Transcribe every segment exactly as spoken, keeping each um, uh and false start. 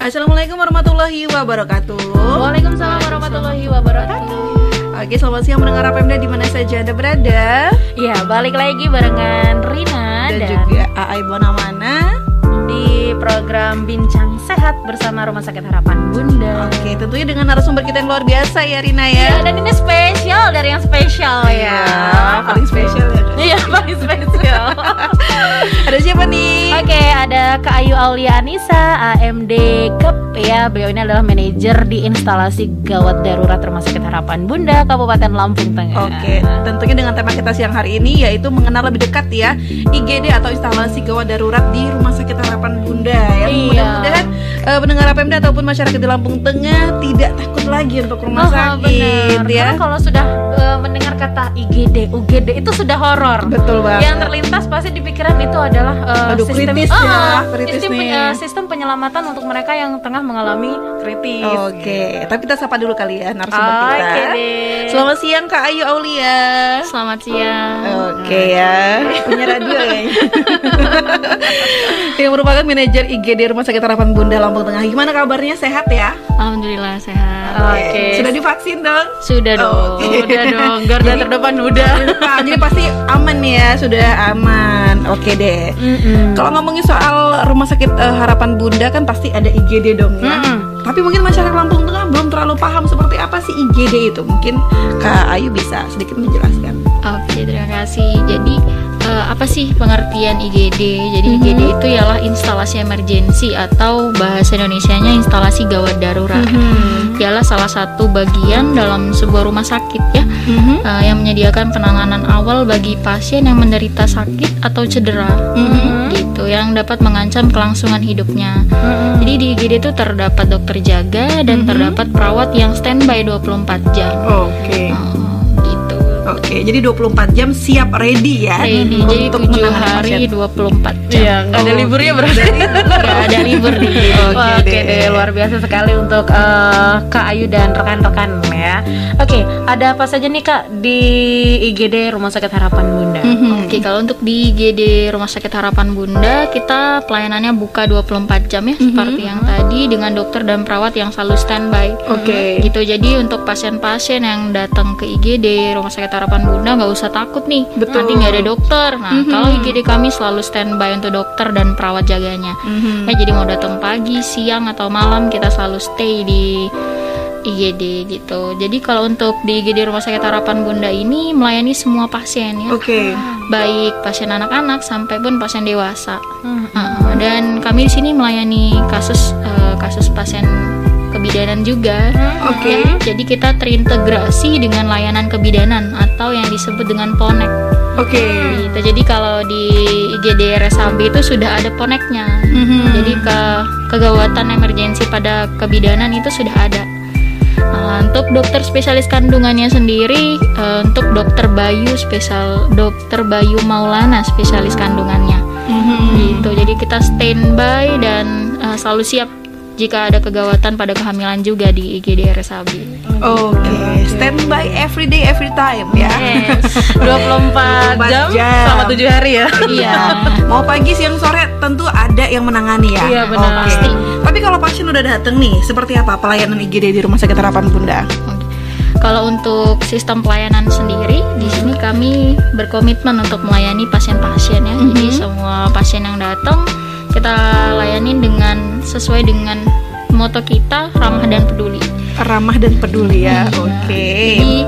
Assalamualaikum warahmatullahi wabarakatuh. Waalaikumsalam warahmatullahi wabarakatuh. Oke, selamat siang mendengar Rapemda di mana saja Anda berada. Ya, balik lagi barengan Rina dan, dan, dan juga A A I Bonamana di program Bincang Sehat bersama Rumah Sakit Harapan Bunda. Oke, tentunya dengan narasumber kita yang luar biasa ya Rina ya. Ya, dan ini spesial dari yang spesial ya. Ya, paling spesial ya. Iya, paling spesial. Ada siapa nih? Oke, ada Kak Ayu Aulia Anissa, A M D K E P ya. Beliau ini adalah manajer di instalasi gawat darurat Rumah Sakit Harapan Bunda, Kabupaten Lampung Tengah. Oke, tentunya dengan tema kita siang hari ini yaitu mengenal lebih dekat ya I G D atau instalasi gawat darurat di Rumah Sakit Harapan Bunda ya. Iya. Mudah-mudahan uh, pendengar Rapemda ataupun masyarakat di Lampung Tengah tidak takut lagi untuk rumah Oh, sakit bener. ya. Karena kalau sudah uh, mendengar kata I G D, U G D itu sudah horor. Betul banget. Yang terlintas pasti di pikiran itu adalah uh, Aduh, sistem kritis uh, ya, kritis sistem, nih. uh, sistem penyelamatan untuk mereka yang tengah mengalami kritis. Oke, tapi kita sapa dulu kali ya narasumber Oke kita. deh. Selamat siang Kak Ayu Aulia. Selamat siang. Oke ya, punya radio kayaknya. Yang merupakan manajer I G D Rumah Sakit Harapan Bunda Lampung Tengah. Gimana kabarnya? Sehat ya? Alhamdulillah sehat. Oke. Oke. Sudah divaksin dong? Sudah dong. Oke. Udah dong. Garda Jadi- terdepan udah. Jadi pasti aman ya, sudah aman. Oke deh. Mm-mm. Kalau ngomongin soal Rumah Sakit eh, Harapan Bunda kan pasti ada I G D dong ya. Mm-mm. Tapi mungkin masyarakat Lampung Tengah belum terlalu paham seperti apa sih I G D itu. Mungkin Kak Ayu bisa sedikit menjelaskan. Oke, terima kasih. Jadi eh, apa sih pengertian I G D? Jadi I G D itu ialah instalasi emergensi atau bahasa Indonesianya instalasi gawat darurat. Ialah salah satu bagian dalam sebuah rumah sakit ya, eh, yang menyediakan penanganan awal bagi pasien yang menderita sakit atau cedera, gitu, yang dapat mengancam kelangsungan hidupnya. Jadi di I G D itu terdapat dokter jaga dan terdapat perawat yang standby dua puluh empat jam. Oke. Oh, gitu. Oke, jadi dua puluh empat jam siap ready ya. Ready, jadi untuk tujuh menangani hari pasien. dua puluh empat jam. Iya, nggak ada Oh. liburnya berarti. Nggak ada libur di Oke Oke, Oke deh. deh, luar biasa sekali untuk eh, Kak Ayu dan rekan-rekan ya. Oke, ada apa saja nih Kak di I G D Rumah Sakit Harapan Bunda? Oke, kalau untuk di I G D Rumah Sakit Harapan Bunda, kita pelayanannya buka dua puluh empat jam ya, seperti yang tadi, dengan dokter dan perawat yang selalu standby. Oke. Gitu, jadi untuk pasien-pasien yang datang ke I G D Rumah Sakit Harapan Bunda nggak usah takut nih, Betul. nanti nggak ada dokter. Nah, kalau I G D kami selalu standby untuk dokter dan perawat jaganya. Mhm. Ya, jadi mau datang pagi, siang atau malam kita selalu stay di I G D gitu. Jadi kalau untuk di I G D Rumah Sakit Harapan Bunda ini melayani semua pasien ya, Oke. baik pasien anak-anak sampai pun pasien dewasa. Hmm. Uh, dan kami di sini melayani kasus uh, kasus pasien kebidanan juga. Oke. Ya, jadi kita terintegrasi dengan layanan kebidanan atau yang disebut dengan Ponek. Oke. Gitu. Jadi kalau di I G D R S H B itu sudah ada Poneknya. Mhm. Jadi ke kegawatan emergensi pada kebidanan itu sudah ada. Nah, untuk dokter spesialis kandungannya sendiri, eh, untuk dokter Bayu spesial dokter Bayu Maulana spesialis kandungannya. Mhm. Gitu. Jadi kita standby dan eh, selalu siap jika ada kegawatan pada kehamilan juga di I G D R S H B. Oke, standby every day every time ya. Yes. dua puluh empat dua puluh empat jam, jam. selama tujuh hari ya. Iya. Mau pagi siang sore tentu ada yang menangani ya. Iya, benar. Oke. Pasti. Tapi kalau pasien udah datang nih, seperti apa pelayanan I G D di Rumah Sakit Harapan Bunda? Kalau untuk sistem pelayanan sendiri, di sini kami berkomitmen untuk melayani pasien-pasien ya. Jadi semua pasien yang datang kita layani dengan sesuai dengan moto kita, ramah dan peduli. Ramah dan peduli ya. Oke. Jadi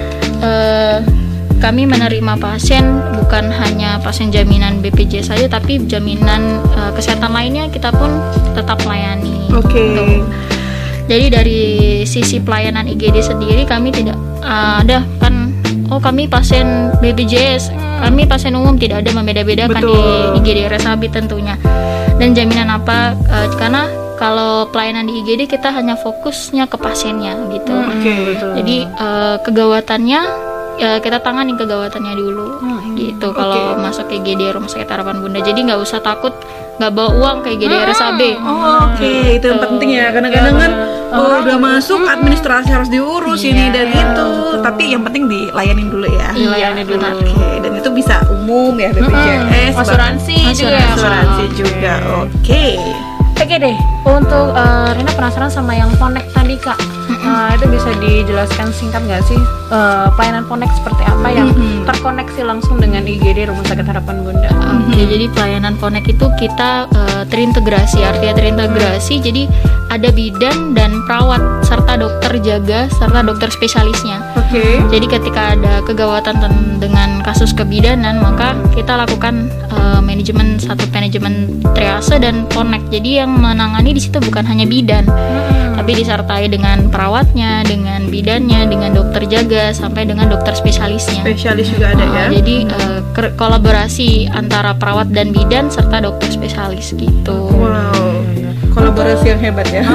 eh, kami menerima pasien bukan hanya pasien jaminan B P J S saja, tapi jaminan eh, kesehatan lainnya kita pun tetap layani. Oke. Gitu. Jadi dari sisi pelayanan I G D sendiri kami tidak uh, ada kan, oh kami pasien B P J S, kami pasien umum, tidak ada membeda-bedakan di Betul. I G D R S H B tentunya. Dan jaminan apa? Uh, karena kalau pelayanan di I G D kita hanya fokusnya ke pasiennya gitu. Oke. Jadi uh, kegawatannya ya kita tanganin kegawatannya dulu gitu. Kalau masuk ke I G D Rumah Sakit Harapan Bunda, jadi nggak usah takut nggak bawa uang ke I G D R S H B. Oh, oke, itu yang penting ya. Kadang-kadang kan oh, udah masuk administrasi harus diurus ini dan itu. Tapi yang penting dilayanin dulu ya. Iya, dulu. benar. Oke, dan itu bisa umum ya B P J S, Asuransi bahkan juga. asuransi juga. Oke. Oke deh, untuk uh, Rina penasaran sama yang Ponek tadi Kak. Uh, itu bisa dijelaskan singkat nggak sih uh, pelayanan Ponek seperti apa yang mm-hmm. terkoneksi langsung dengan I G D Rumah Sakit Harapan Bunda? Oke, okay, mm-hmm. jadi pelayanan Ponek itu kita uh, terintegrasi, artinya terintegrasi. Mm-hmm. Jadi ada bidan dan perawat serta dokter jaga serta dokter spesialisnya. Oke. Okay. Jadi ketika ada kegawatan ten- dengan kasus kebidanan, maka kita lakukan uh, manajemen satu manajemen triase dan Ponek. Jadi yang menangani di situ bukan hanya bidan, hmm. tapi disertai dengan perawatnya, dengan bidannya, dengan dokter jaga sampai dengan dokter spesialisnya. Spesialis juga ada uh, ya. Jadi uh, ke- kolaborasi antara perawat dan bidan serta dokter spesialis gitu. Wow. Kolaborasi yang hebat ya.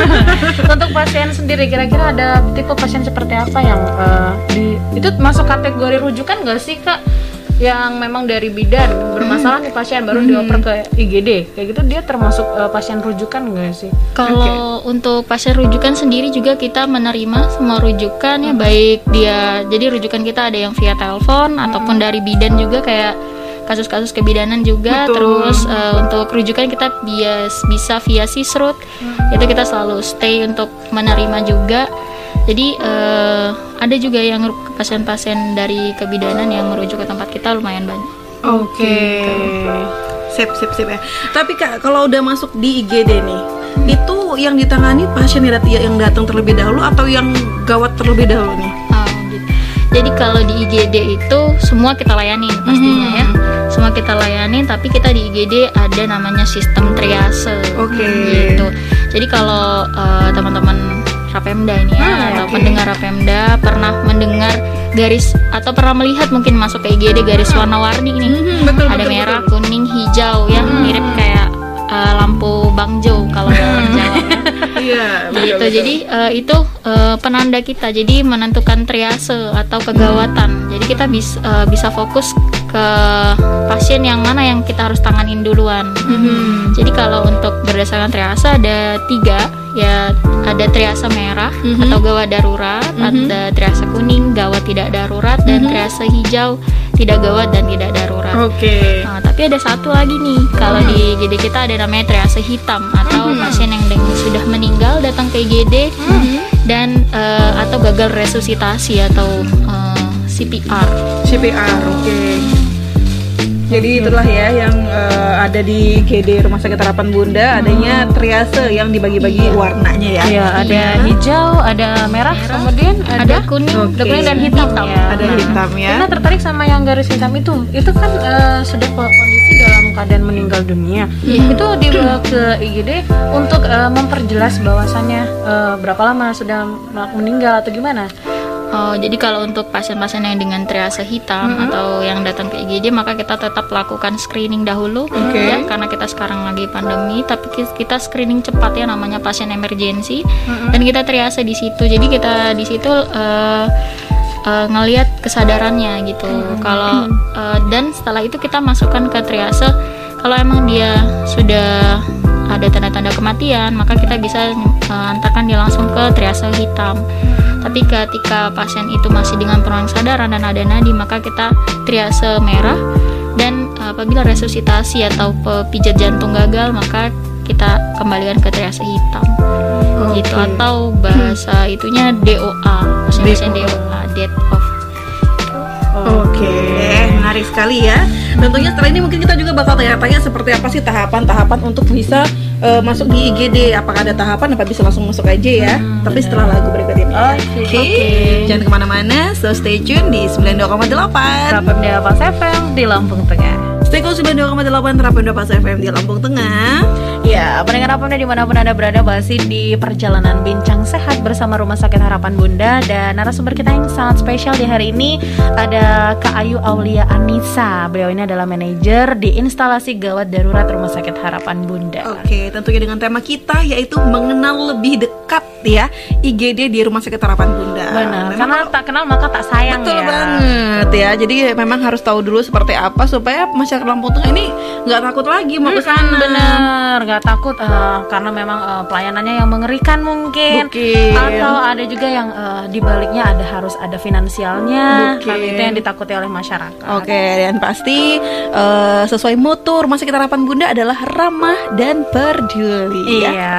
Untuk pasien sendiri kira-kira ada tipe pasien seperti apa yang uh, di itu masuk kategori rujukan nggak sih Kak? Yang memang dari bidan bermasalah nih pasien baru hmm. dioper ke I G D kayak gitu, dia termasuk uh, pasien rujukan nggak sih? Kalau okay. untuk pasien rujukan sendiri juga kita menerima semua rujukan ya, baik dia jadi rujukan kita ada yang via telepon hmm. ataupun dari bidan juga kayak kasus-kasus kebidanan juga. Betul. Terus uh, untuk rujukan kita bias bisa via sisrut hmm. itu kita selalu stay untuk menerima juga. Jadi uh, ada juga yang pasien-pasien dari kebidanan yang merujuk ke tempat kita lumayan banyak. Oke. Okay. Sip, sip, sip ya. Tapi Kak, kalau udah masuk di I G D nih, hmm. itu yang ditangani pasien yang datang terlebih dahulu atau yang gawat terlebih dahulu nih? Oh, gitu. Jadi kalau di I G D itu semua kita layanin pastinya hmm. ya. Semua kita layanin, tapi kita di I G D ada namanya sistem triase. Oke. Okay. Gitu. Jadi kalau uh, teman-teman Rapemda ini ya, ah, atau okay. pendengar Rapemda pernah mendengar garis atau pernah melihat mungkin masuk ke I G D garis warna-warni nih, mm-hmm, betul, ada betul, merah, betul. kuning, hijau ya, mm-hmm. mirip kayak uh, lampu bangjo kalau dalam Jawa. Iya. Gitu. Jadi uh, itu uh, penanda kita. Jadi menentukan triase atau kegawatan. Jadi kita bis, uh, bisa fokus ke pasien yang mana yang kita harus tanganin duluan. Mm-hmm. Jadi kalau untuk berdasarkan triase ada tiga. Ya, ada triase merah mm-hmm. atau gawat darurat, mm-hmm. ada triase kuning gawat tidak darurat, dan mm-hmm. triase hijau tidak gawat dan tidak darurat. Oke. Okay. Nah, tapi ada satu lagi nih, kalau mm-hmm. di I G D kita ada namanya triase hitam atau mm-hmm. pasien yang dengan sudah meninggal datang ke I G D mm-hmm. dan uh, atau gagal resusitasi atau uh, C P R. C P R, oke. Okay. Jadi itulah ya yang uh, ada di I G D Rumah Sakit Harapan Bunda, adanya triase yang dibagi-bagi iya. warnanya ya. Iya, ada iya. hijau, ada merah, merah, kemudian ada, ada kuning, okay. ada kuning dan hitam. hitam ya. Ada nah, hitam ya. Karena tertarik sama yang garis hitam itu. Itu kan uh, sudah kondisi dalam keadaan meninggal dunia. Iya. Itu dibawa ke I G D untuk uh, memperjelas bahwasannya uh, berapa lama sudah meninggal atau gimana? Oh, jadi kalau untuk pasien-pasien yang dengan triase hitam mm-hmm. atau yang datang ke I G D, maka kita tetap lakukan screening dahulu okay. ya, karena kita sekarang lagi pandemi, tapi kita screening cepat ya, namanya pasien emergency mm-hmm. dan kita triase di situ. Jadi kita di situ uh, uh, ngelihat kesadarannya gitu. Mm-hmm. Kalau uh, dan setelah itu kita masukkan ke triase. Kalau emang dia sudah ada tanda-tanda kematian, maka kita bisa uh, antarkan dia langsung ke triase hitam. Tapi ketika pasien itu masih dengan penurunan kesadaran dan ada nadi, maka kita triase merah. Dan apabila resusitasi atau pijat jantung gagal, maka kita kembalikan ke triase hitam. Okay. Gitu, atau bahasa itunya D O A, pasien D O A, death of. Oke, okay. Menarik sekali ya. Tentunya setelah ini mungkin kita juga bakal tanya-tanya seperti apa sih tahapan-tahapan untuk bisa uh, masuk di I G D. Apakah ada tahapan apa bisa langsung masuk aja ya? Hmm, Tapi bener. Setelah lagu berikut ini. Oke. Okay. Okay. Jangan kemana-mana, so stay tune di sembilan puluh dua koma delapan Rapemda Pas F M di Lampung Tengah. Stay cool sembilan puluh dua koma delapan Rapemda Pas F M di Lampung Tengah. Ya, pendengar Rapemda dimanapun Anda berada, masih di perjalanan bincang sehat bersama Rumah Sakit Harapan Bunda. Dan narasumber kita yang sangat spesial di hari ini ada Kak Ayu Aulia Anissa. Beliau ini adalah manajer di instalasi gawat darurat Rumah Sakit Harapan Bunda. Oke, tentunya dengan tema kita yaitu mengenal lebih dekat ya I G D di Rumah Sakit Harapan Bunda. Benar. Memang Karena kalau- tak kenal maka tak sayang Betul ya. banget ya. Jadi memang harus tahu dulu seperti apa supaya masyarakat Lampung Tengah ini nggak takut lagi mau ke sana. Bener, nggak takut eh, karena memang eh, pelayanannya yang mengerikan mungkin, Mungkin. atau ada juga yang eh, di baliknya ada harus ada finansialnya, Mungkin. kan itu yang ditakuti oleh masyarakat. Oke, dan pasti eh, sesuai moto Rumah Sakit Harapan Bunda adalah ramah dan peduli. Ya? Iya,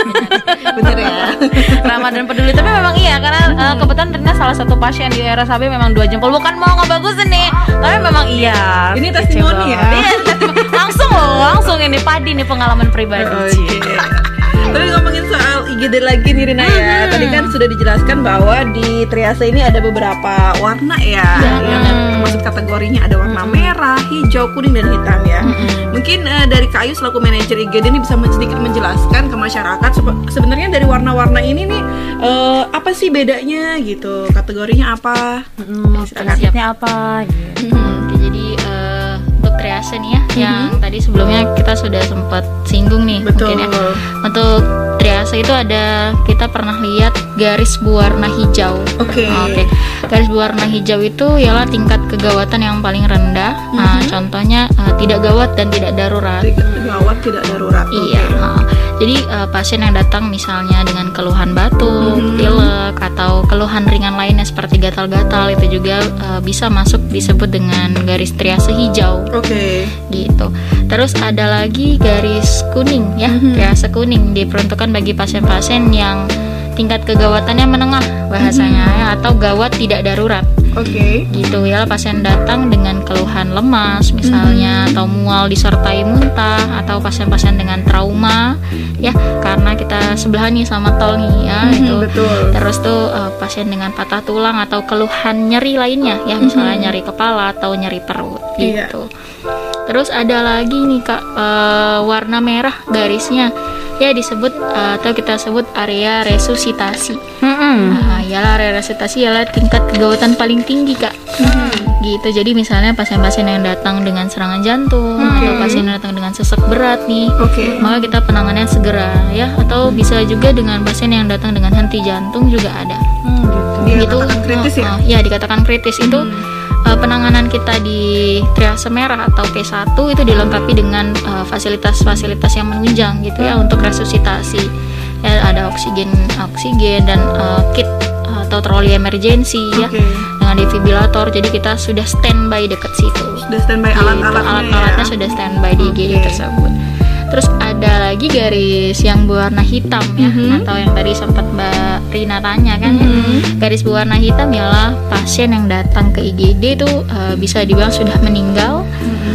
Bener ya. ramah dan peduli. Tapi memang iya karena eh, kebetulan Rina salah satu pasien di R S H B memang dua jempol. Bukan mau ngebagusin nih, tapi memang iya. Ini Kece testimoni banget. ya? Iya, testimoni. langsung loh, langsung ini Padi nih pengalaman pribadi. Oke. Tapi ngomongin soal I G D lagi nih Rina ya. Tadi kan sudah dijelaskan bahwa di triase ini ada beberapa warna ya, yang termasuk kategorinya ada warna merah, hijau, kuning dan hitam ya. Mungkin eh, dari Kak Ayu selaku manajer I G D ini bisa men- sedikit menjelaskan ke masyarakat sebe- sebenarnya dari warna-warna ini nih eh, apa sih bedanya gitu, kategorinya apa? Hmm, prinsipnya apa? Gitu. Oke, jadi eh, untuk triase nih ya, yang tadi sebelumnya kita sudah sempat singgung nih, Betul. mungkin ya. Untuk triase itu ada, kita pernah lihat garis berwarna hijau. Oke. Oke, garis berwarna hijau itu ialah tingkat kegawatan yang paling rendah. Nah, contohnya eh, tidak gawat dan tidak darurat. Tidak gawat, tidak darurat. Iya, Oke. ha. Jadi eh, pasien yang datang misalnya dengan keluhan batuk, Mhm. pilek, atau keluhan ringan lainnya seperti gatal-gatal itu juga eh, bisa masuk disebut dengan garis triase hijau, Oke. gitu. Terus ada lagi garis kuning ya, Mhm. triase kuning diperuntukkan bagi pasien-pasien yang tingkat kegawatannya menengah bahasanya ya, atau gawat tidak darurat. Oke. Gitu ya, pasien datang dengan keluhan lemas misalnya, atau mual disertai muntah, atau pasien-pasien dengan trauma ya, karena kita sebelahan nih sama tol nih ya, Mhm, itu betul. terus tuh eh, pasien dengan patah tulang atau keluhan nyeri lainnya ya, misalnya nyeri kepala atau nyeri perut Iya. gitu. Terus ada lagi nih Kak, eh, warna merah garisnya ya disebut eh, atau kita sebut area resusitasi. Nah, ialah area resusitasi ialah tingkat kegawatan paling tinggi Kak. Gitu. Jadi misalnya pasien-pasien yang datang dengan serangan jantung atau pasien yang datang dengan sesak berat nih, Oke. maka kita penanganannya segera ya, atau bisa juga dengan pasien yang datang dengan henti jantung juga ada. Dikatakan kritis ya? uh, uh, ya dikatakan kritis itu uh, penanganan kita di triase merah atau P satu itu dilengkapi dengan uh, fasilitas-fasilitas yang menunjang gitu ya, untuk resusitasi ya, ada oksigen oksigen dan uh, kit uh, atau troli emergensi ya, Oke. dengan defibrilator. Jadi kita sudah standby dekat situ. Sudah standby Gitu, alat-alatnya alat-alatnya ya? sudah standby di I G D Oke. tersebut. Terus ada lagi garis yang berwarna hitam ya, Mhm. atau yang tadi sempat Mbak Rina tanya kan ya. Mhm. Garis berwarna hitam ialah pasien yang datang ke I G D itu uh, bisa dibilang sudah meninggal,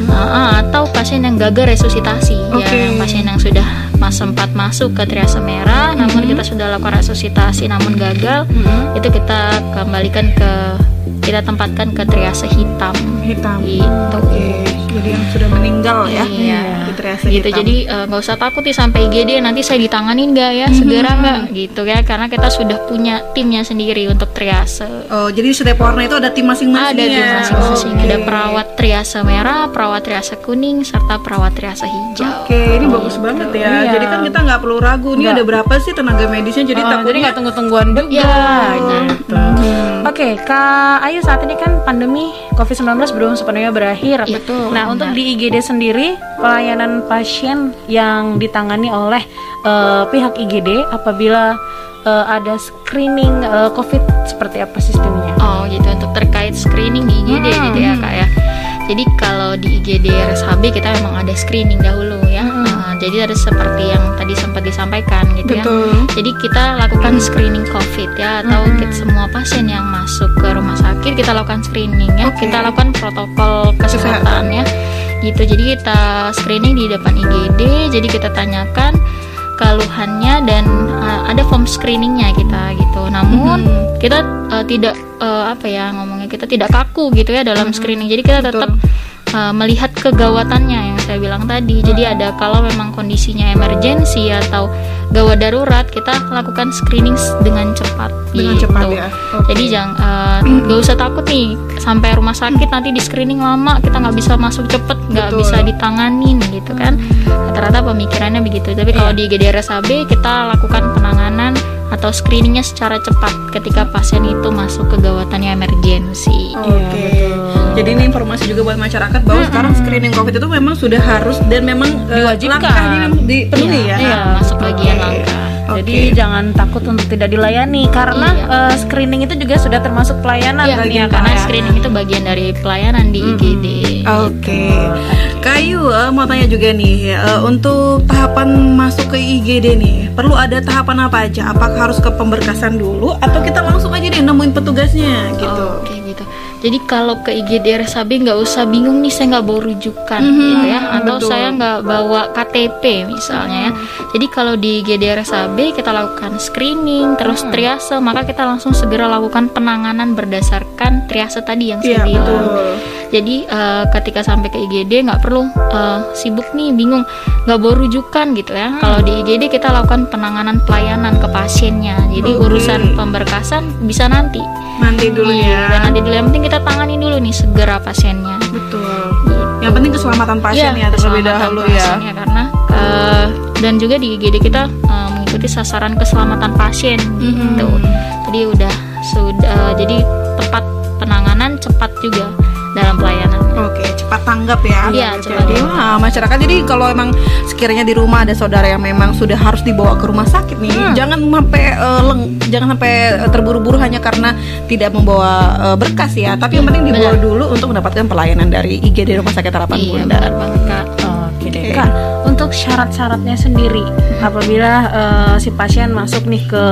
uh, atau pasien yang gagal resusitasi ya, Oke. pasien yang sudah mas sempat masuk ke triase merah, namun kita sudah lakukan resusitasi namun gagal, Mhm. itu kita kembalikan ke kita tempatkan ke triase hitam. Hitam. Gitu. Oke. Jadi yang sudah meninggal ya? Iya. Di triase Gitu. hitam. Jadi eh, nggak usah takut nih sampai I G D nanti saya ditanganin nggak ya, segera nggak gitu ya, karena kita sudah punya timnya sendiri untuk triase. Oh, jadi setiap warna itu ada tim masing-masing Ada ya? tim masing-masing, Oke. ada perawat triase merah, perawat triase kuning, serta perawat triase hijau. Oke, ini bagus banget ya. Iya. Jadi kan kita nggak perlu ragu. Ini Nggak. ada berapa sih tenaga medisnya? Jadi Oh, jadi takutnya nggak tunggu-tungguan juga Ya, gitu. Hmm. Oke, Kak Ayu, saat ini kan pandemi covid sembilan belas belum sepenuhnya berakhir. Iya, betul, Nah, benar. untuk di I G D sendiri, pelayanan pasien yang ditangani oleh eh, pihak I G D apabila eh, ada screening eh, COVID seperti apa sistemnya? Oh gitu, untuk terkait screening di I G D Hmm. gitu ya Kak ya. Jadi kalau di I G D R S H B kita memang ada screening dahulu ya. Nah, jadi ada seperti yang tadi sempat disampaikan gitu ya. Betul. Jadi kita lakukan screening COVID ya, atau kita, semua pasien yang masuk ke rumah sakit kita lakukan screening ya. Oke. Kita lakukan protokol kesehatan ya. Gitu. Jadi kita screening di depan I G D. Jadi kita tanyakan keluhannya dan uh, ada form screeningnya kita gitu. Namun kita uh, tidak uh, apa ya ngomongnya, kita tidak kaku gitu ya dalam screening. Jadi kita tetap uh, melihat kegawatannya yang saya bilang tadi. Jadi ada kalau memang kondisinya emergensi atau gawat darurat, kita lakukan screening s- dengan cepat. Dengan gitu. cepat ya. Oke. Jadi jangan uh, nggak usah takut nih sampai rumah sakit nanti di screening lama, kita nggak bisa masuk cepet, nggak Betul. bisa ditanganin gitu kan. Rata-rata pemikirannya begitu. Tapi kalau di I G D R S H B kita lakukan penanganan atau screeningnya secara cepat ketika pasien itu masuk ke gawatan yang emergensi. Oke. Okay. Jadi ini informasi juga buat masyarakat bahwa hmm. sekarang screening COVID itu memang sudah harus dan memang diwajibkan, langkahnya dipenuhi ya. Iya, masuk bagian okay. langkah. Jadi okay. jangan takut untuk tidak dilayani karena iya. uh, screening itu juga sudah termasuk pelayanan iya, kan ya, karena ya? Screening itu bagian dari pelayanan di I G D. Oke. Okay. Kayu uh, mau tanya juga nih uh, untuk tahapan masuk ke I G D nih perlu ada tahapan apa aja? Apakah harus ke pemberkasan dulu atau kita langsung aja nih nemuin petugasnya gitu? Oh, Oke okay, gitu. Jadi kalau ke I G D R S H B nggak usah bingung nih saya nggak bawa rujukan mm-hmm, gitu ya, atau betul. Saya nggak bawa K T P misalnya ya. Jadi kalau di I G D R S H B kita lakukan screening terus mm-hmm. triase, maka kita langsung segera lakukan penanganan berdasarkan triase tadi yang saya yeah, bilang. betul. Jadi uh, ketika sampai ke I G D nggak perlu uh, sibuk nih bingung nggak bawa rujukan gitu ya. Hmm. Kalau di I G D kita lakukan penanganan pelayanan ke pasiennya. Jadi okay. urusan pemberkasan bisa nanti. Nanti dulu ya. Dan nanti dulu yang penting kita tangani dulu nih segera pasiennya. Betul. Gitu. Yang penting keselamatan pasien ya, ya terlebih dahulu ya. Karena uh, dan juga di I G D kita uh, mengikuti sasaran keselamatan pasien mm-hmm. gitu. Jadi udah sudah uh, jadi tepat penanganan, cepat juga dalam pelayanan. Oke, cepat tanggap ya. Iya, cepat. Jadi wah, masyarakat jadi kalau emang sekiranya di rumah ada saudara yang memang sudah harus dibawa ke rumah sakit nih, hmm. jangan sampai uh, leng, jangan sampai uh, terburu-buru hanya karena tidak membawa uh, berkas ya. Tapi yang penting dibawa benar. Dulu untuk mendapatkan pelayanan dari I G D Rumah Sakit Harapan iya, Bunda. Benar banget Kak. Oke deh Kak. Untuk syarat-syaratnya sendiri, apabila uh, si pasien masuk nih ke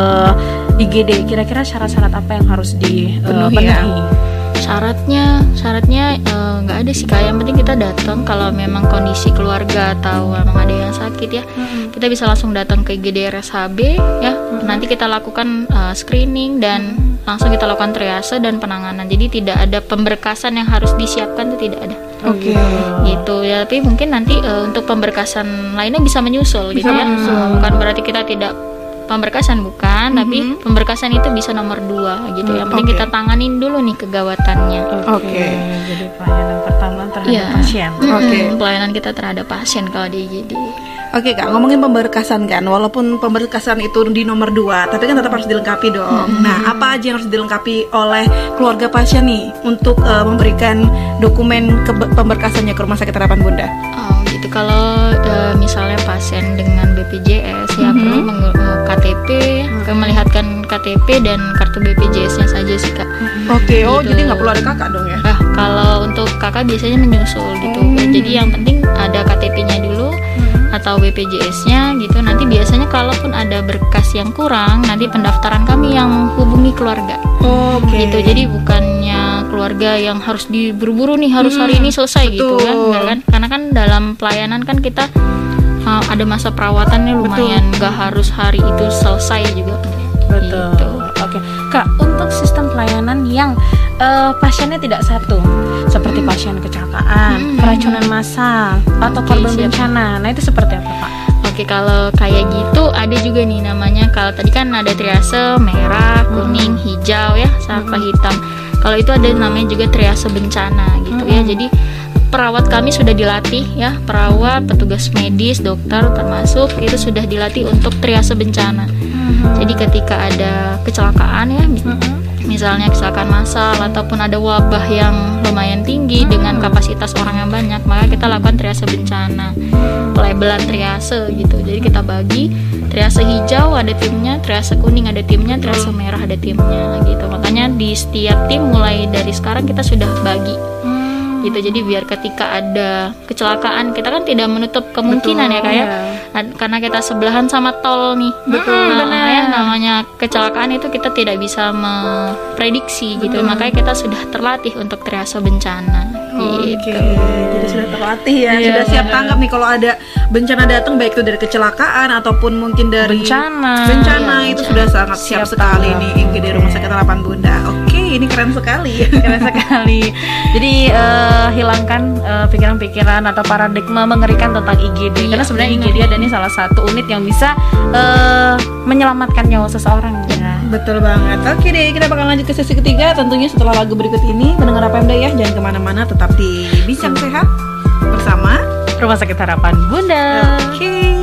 I G D, kira-kira syarat-syarat apa yang harus dipenuhi? Uh, ya? Syaratnya, syaratnya nggak uh, ada sih Kak. Yang penting kita datang kalau memang kondisi keluarga atau memang ada yang sakit ya, hmm. kita bisa langsung datang ke I G D R S H B ya. Hmm. Nanti kita lakukan uh, screening dan hmm. langsung kita lakukan triase dan penanganan. Jadi tidak ada pemberkasan yang harus disiapkan, itu tidak ada. Oke. Okay. Gitu ya. Tapi mungkin nanti uh, untuk pemberkasan lainnya bisa menyusul bisa gitu ya. Menyusul. Bukan berarti kita tidak pemberkasan bukan, mm-hmm. tapi pemberkasan itu bisa nomor dua gitu. Yang penting okay. kita tanganin dulu nih kegawatannya. Oke. Okay. Jadi pelayanan pertama terhadap yeah. pasien. Mm-hmm. Oke. Okay. Pelayanan kita terhadap pasien kalau di I G D. Oke Kak, ngomongin pemberkasan kan, walaupun pemberkasan itu di nomor dua, tapi kan tetap harus dilengkapi dong. Hmm. Nah, apa aja yang harus dilengkapi oleh keluarga pasien nih untuk uh, memberikan dokumen ke- pemberkasannya ke Rumah Sakit Harapan Bunda? Oh gitu, kalau uh, misalnya pasien dengan B P J S ya mm-hmm. perlu meng- uh, K T P, mm-hmm. melihatkan K T P dan kartu B P J S-nya saja sih Kak. Mm-hmm. Oke, okay. oh gitu. Jadi nggak perlu ada kakak dong ya? Nah, kalau untuk kakak biasanya menyusul gitu. Mm-hmm. Ya, jadi yang penting ada K T P-nya dulu. Mm-hmm. Atau B P J S-nya gitu. Nanti biasanya kalaupun ada berkas yang kurang, nanti pendaftaran kami yang menghubungi keluarga. Oh, oke. Okay. Gitu. Jadi bukannya keluarga yang harus diburu-buru nih harus hmm, hari ini selesai betul. Gitu kan, enggak kan? Karena kan dalam pelayanan kan kita uh, ada masa perawatannya lumayan, nggak harus hari itu selesai juga. Betul. Gitu. Oke, Kak, untuk sistem pelayanan yang uh, pasiennya tidak satu, seperti hmm. pasien kecelakaan, hmm. keracunan massal, atau okay, korban siap. bencana, nah itu seperti apa, Pak? Oke, kalau kayak gitu ada juga nih namanya. Kalau tadi kan ada triase merah, kuning, hmm. hijau ya, sama hmm. hitam. Kalau itu ada namanya juga triase bencana gitu hmm. ya. Jadi perawat kami sudah dilatih ya, perawat, petugas medis, dokter termasuk itu sudah dilatih untuk triase bencana. Hmm. Jadi ketika ada kecelakaan ya, hmm. misalnya kecelakaan massal ataupun ada wabah yang lumayan tinggi hmm. dengan kapasitas orang yang banyak, maka kita lakukan triase bencana, pelabelan triase gitu. Jadi kita bagi triase hijau ada timnya, triase kuning ada timnya, triase merah ada timnya gitu. Makanya di setiap tim mulai dari sekarang kita sudah bagi gitu. Jadi biar ketika ada kecelakaan kita kan tidak menutup kemungkinan betul, ya kayak ya. Karena kita sebelahan sama tol nih. Betul. Nah, makanya namanya kecelakaan itu kita tidak bisa memprediksi gitu. Betul. Makanya kita sudah terlatih untuk triase bencana. Oh, gitu. Oke. Okay. Jadi sudah terlatih ya. Iya, sudah siap bener. tanggap nih kalau ada bencana datang, baik itu dari kecelakaan ataupun mungkin dari bencana. Bencana iya, itu bencana. sudah sangat siap, siap sekali nih I G D Rumah Sakit Harapan Bunda. Oke, ini keren sekali. Keren sekali. Jadi uh, hilangkan uh, pikiran-pikiran atau paradigma mengerikan tentang I G D. Iya, karena sebenarnya I G D ada nih salah satu unit yang bisa uh, menyelamatkan nyawa seseorang ya. Betul banget. Oke deh, kita bakal lanjut ke sesi ketiga tentunya setelah lagu berikut ini. Mendengar apa Pemda ya, jangan kemana-mana, tetap di Bincang Sehat bersama Rumah Sakit Harapan Bunda. Oke.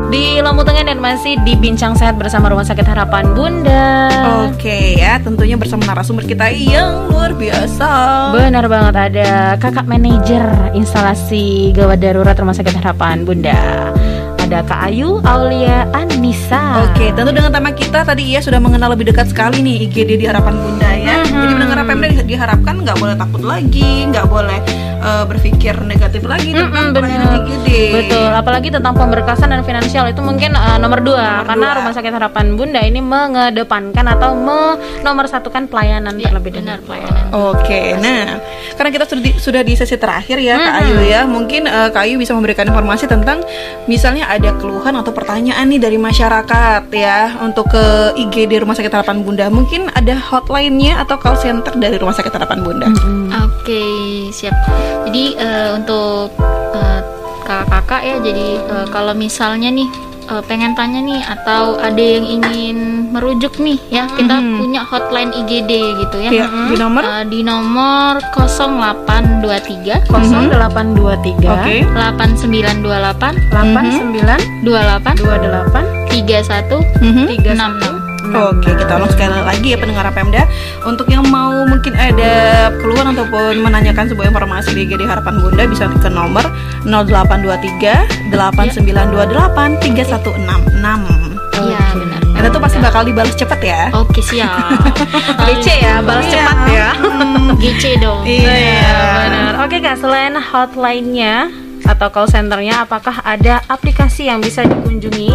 di Lampung Tengah dan masih di Bincang Sehat bersama Rumah Sakit Harapan Bunda. Oke ya, tentunya bersama narasumber kita yang luar biasa. Benar banget, ada kakak manajer instalasi gawat darurat Rumah Sakit Harapan Bunda. Ada Kak Ayu Aulia Anissa. Oke, tentu dengan tema kita tadi ya sudah mengenal lebih dekat sekali nih I G D di Harapan Bunda ya. Mm-hmm. Jadi pendengar P M D diharapkan nggak boleh takut lagi, nggak boleh uh, berpikir negatif lagi tentang Mm-mm, pelayanan I G D. Betul, apalagi tentang pemberkasan dan finansial itu mungkin uh, nomor dua, Nomor karena dua. Rumah Sakit Harapan Bunda ini mengedepankan atau menomorsatukan pelayanan Ya, terlebih benar, dahulu. pelayanan. Oke, nah karena kita sudah di, sudah di sesi terakhir ya Kak Mm-hmm. Ayu ya, mungkin uh, Kak Ayu bisa memberikan informasi tentang misalnya ada keluhan atau pertanyaan nih dari masyarakat ya untuk ke I G D Rumah Sakit Harapan Bunda. Mungkin ada hotline-nya atau call center dari Rumah Sakit Harapan Bunda. Oke, siap. Jadi eh, untuk eh, kakak-kakak ya, jadi eh, kalau misalnya nih eh, pengen tanya nih atau ada yang ingin merujuk nih ya, kita Mhm. punya hotline I G D gitu ya. Ya, di nomor Eh, di nomor nol delapan dua tiga nol delapan dua tiga Oke. delapan sembilan dua delapan delapan sembilan dua delapan dua delapan tiga satu Mhm. tiga enam satu. enam. Oke, kita ulang sekali lagi ya pendengar Pemda. Untuk yang mau mungkin ada keluhan ataupun menanyakan sebuah informasi di I G D Harapan Bunda bisa ke nomor nol delapan dua tiga delapan sembilan dua delapan tiga satu enam enam. Iya, benar. Dan itu pasti bakal dibalas cepat ya. Oke, siap. G C ya, balas Iya. cepat ya. G C dong. Iya. Benar. Oke Kak, selain hotline-nya atau call center-nya, apakah ada aplikasi yang bisa dikunjungi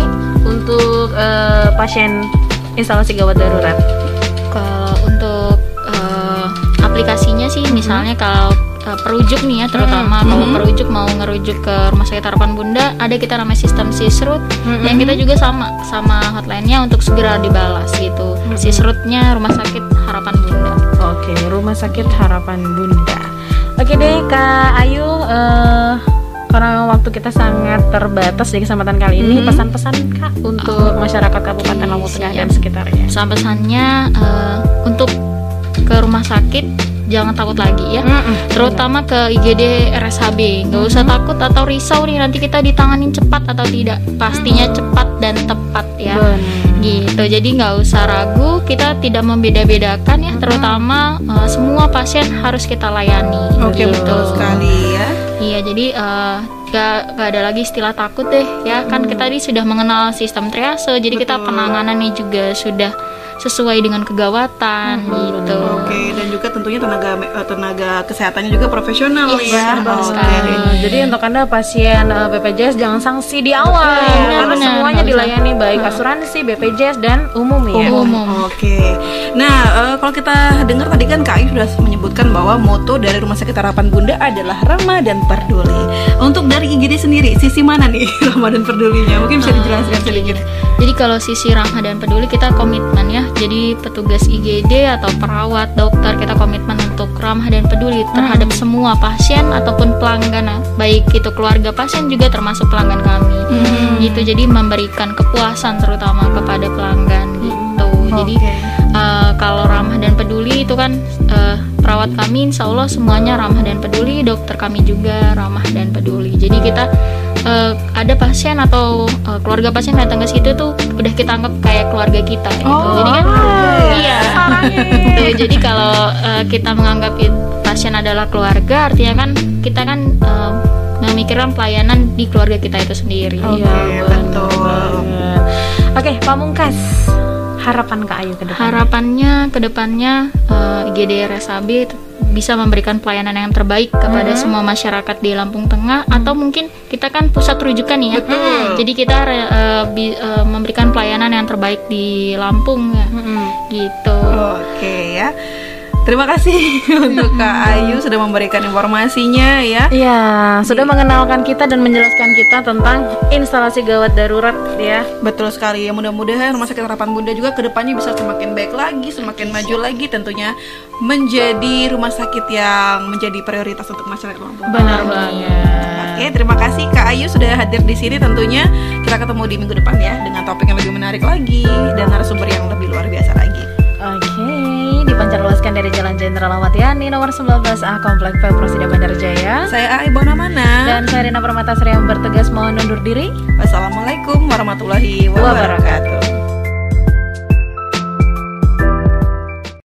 untuk eh, pasien instalasi gawat darurat? Kalau untuk eh, aplikasinya sih, misalnya kalau eh, perujuk nih ya, terutama kalau perujuk mau ngerujuk ke Rumah Sakit Harapan Bunda, ada kita namanya sistem sisrut, yang kita juga sama sama hotline-nya untuk segera dibalas gitu. Sisrutnya Rumah Sakit Harapan Bunda. Oke, Rumah Sakit Harapan Bunda. Oke deh Kak Ayu, eh, karena waktu kita sangat terbatas di kesempatan kali ini, pesan-pesan Kak untuk masyarakat Kabupaten Lampung Tengah dan sekitarnya. Pesan pesannya eh, untuk ke rumah sakit jangan takut lagi ya. Terutama ke I G D R S H B, nggak usah takut atau risau nih nanti kita ditanganin cepat atau tidak. Pastinya cepat dan tepat ya. Gitu. Jadi nggak usah ragu, kita tidak membeda-bedakan ya. Terutama eh, semua pasien harus kita layani. Oke, gitu. betul sekali ya. Iya, jadi eh, gak, gak ada lagi istilah takut deh ya. Kan kita tadi sudah mengenal sistem triase, jadi kita Betul. penanganannya juga sudah sesuai dengan kegawatan gitu. Oke, dan juga tentunya tenaga eh, tenaga kesehatannya juga profesional Yes, ya. betul Oke. sekali. Nah, jadi untuk Anda pasien eh, B P J S jangan sanksi di awal, Betul, karena benar, semuanya nggak usah. dilayani baik asuransi, B P J S dan umum ya. Umum. Oke. Nah, eh, kalau kita dengar tadi kan Kak Ayu sudah menyebutkan bahwa moto dari Rumah Sakit Harapan Bunda adalah ramah dan peduli. Untuk dari I G D sendiri, sisi mana nih ramah dan pedulinya? Mungkin bisa dijelaskan Ah, sedikit. Jadi kalau sisi ramah dan peduli kita komitmen ya. Jadi petugas I G D atau perawat, dokter, kita komitmen untuk ramah dan peduli terhadap semua pasien ataupun pelanggan, baik itu keluarga pasien juga termasuk pelanggan kami. Gitu. Jadi memberikan kepuasan terutama kepada pelanggan gitu. Jadi Oke. eh, kalau ramah dan peduli itu kan eh, perawat kami insya Allah semuanya ramah dan peduli, dokter kami juga ramah dan peduli. Jadi kita eh, ada pasien atau eh, keluarga pasien datang ke situ tuh udah kita anggap kayak keluarga kita gitu. Oh, Jadi kan iya. iya. Tuh, jadi kalau eh, kita menganggap it- pasien adalah keluarga, artinya kan kita kan eh, memikirkan pelayanan di keluarga kita itu sendiri. Oke, Iya, betul. banget. Oke, Pamungkas, harapan Kak Ayu ke depan. Harapannya kedepannya uh, I G D R S H B t- bisa memberikan pelayanan yang terbaik kepada semua masyarakat di Lampung Tengah, atau mungkin kita kan pusat rujukan ya. Jadi kita uh, bi- uh, memberikan pelayanan yang terbaik di Lampung ya. Gitu. Oke ya. Terima kasih untuk Kak Ayu sudah memberikan informasinya ya. Iya, sudah mengenalkan kita dan menjelaskan kita tentang instalasi gawat darurat ya. Betul sekali ya, mudah-mudahan Rumah Sakit Harapan Bunda juga kedepannya bisa semakin baik lagi, semakin maju lagi tentunya, menjadi rumah sakit yang menjadi prioritas untuk masyarakat Lampung. Benar banget. Oke, terima kasih Kak Ayu sudah hadir di sini. Tentunya kita ketemu di minggu depan ya dengan topik yang lebih menarik lagi dan narasumber yang lebih luar biasa lagi. Oke, dipancarluaskan dari di Jalan Jenderal Ahmad Yani nomor sembilan belas A Komplek Pemprosida Bandar Jaya. Saya Ai Bonamana. Dan saya Rina Permatasari yang bertugas mohon undur diri. Wassalamualaikum warahmatullahi wabarakatuh.